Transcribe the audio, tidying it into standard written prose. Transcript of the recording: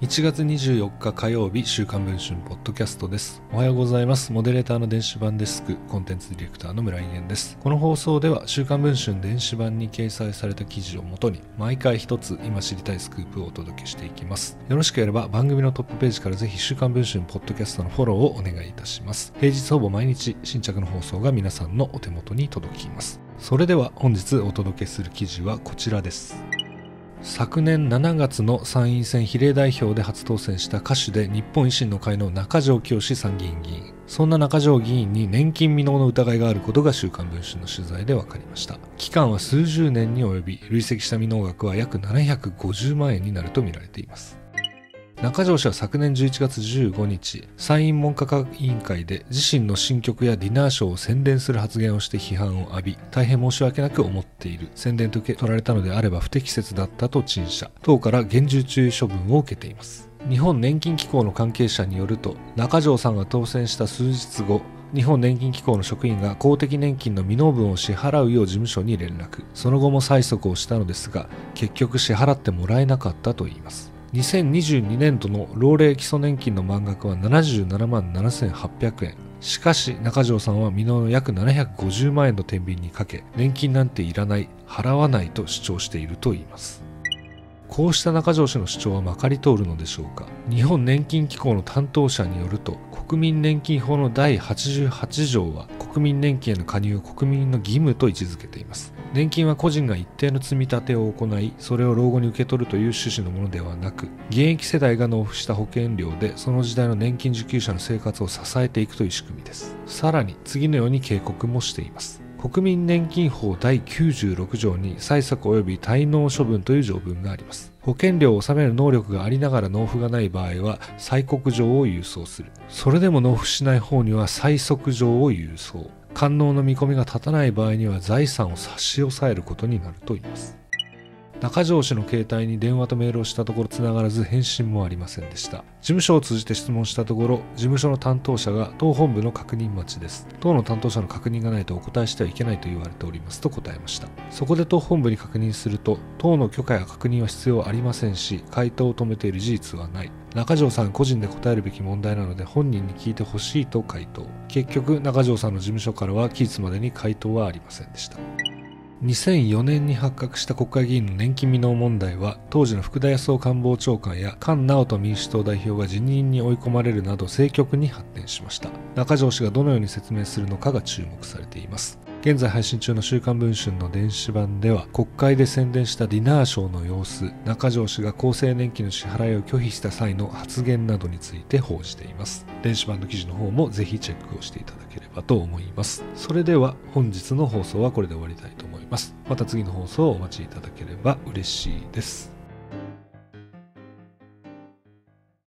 1月24日火曜日、週刊文春ポッドキャストです。おはようございます。モデレーターの電子版デスク、コンテンツディレクターの村井源です。この放送では、週刊文春電子版に掲載された記事をもとに、毎回一つ今知りたいスクープをお届けしていきます。よろしければ番組のトップページからぜひ週刊文春ポッドキャストのフォローをお願いいたします。平日ほぼ毎日、新着の放送が皆さんのお手元に届きます。それでは本日お届けする記事はこちらです。昨年7月の参院選比例代表で初当選した歌手で日本維新の会の中条きよし参議院議員。そんな中条議員に年金未納の疑いがあることが週刊文春の取材で分かりました。期間は数十年に及び、累積した未納額は約750万円になるとみられています。中条氏は昨年11月15日、参院文科科委員会で自身の新曲やディナーショーを宣伝する発言をして批判を浴び、大変申し訳なく思っている。宣伝と受け取られたのであれば不適切だったと陳謝。党から厳重注意処分を受けています。日本年金機構の関係者によると、中条さんが当選した数日後、日本年金機構の職員が公的年金の未納分を支払うよう事務所に連絡。その後も催促をしたのですが、結局支払ってもらえなかったといいます。2022年度の老齢基礎年金の満額は77万7800円。しかし中条さんは未納の約750万円の天秤にかけ、年金なんていらない、払わないと主張しているといいます。こうした中条氏の主張はまかり通るのでしょうか。日本年金機構の担当者によると、国民年金法の第88条は国民年金への加入を国民の義務と位置づけています。年金は個人が一定の積み立てを行い、それを老後に受け取るという趣旨のものではなく、現役世代が納付した保険料でその時代の年金受給者の生活を支えていくという仕組みです。さらに次のように警告もしています。国民年金法第96条に催促及び滞納処分という条文があります。保険料を納める能力がありながら納付がない場合は催告状を郵送する。それでも納付しない方には催促状を郵送。完納の見込みが立たない場合には財産を差し押さえることになると言います。中条氏の携帯に電話とメールをしたところ繋がらず返信もありませんでした。事務所を通じて質問したところ、事務所の担当者が党本部の確認待ちです。党の担当者の確認がないとお答えしてはいけないと言われておりますと答えました。そこで党本部に確認すると、党の許可や確認は必要ありませんし、回答を止めている事実はない。中条さん個人で答えるべき問題なので本人に聞いてほしいと回答。結局中条さんの事務所からは期日までに回答はありませんでした。2004年に発覚した国会議員の年金未納問題は、当時の福田康夫官房長官や菅直人民主党代表が辞任に追い込まれるなど政局に発展しました。中条氏がどのように説明するのかが注目されています。現在配信中の週刊文春の電子版では、国会で宣伝したディナーショーの様子、中条氏が厚生年金の支払いを拒否した際の発言などについて報じています。電子版の記事の方もぜひチェックをしていただければと思います。それでは本日の放送はこれで終わりたいと思います。また次の放送をお待ちいただければ嬉しいです。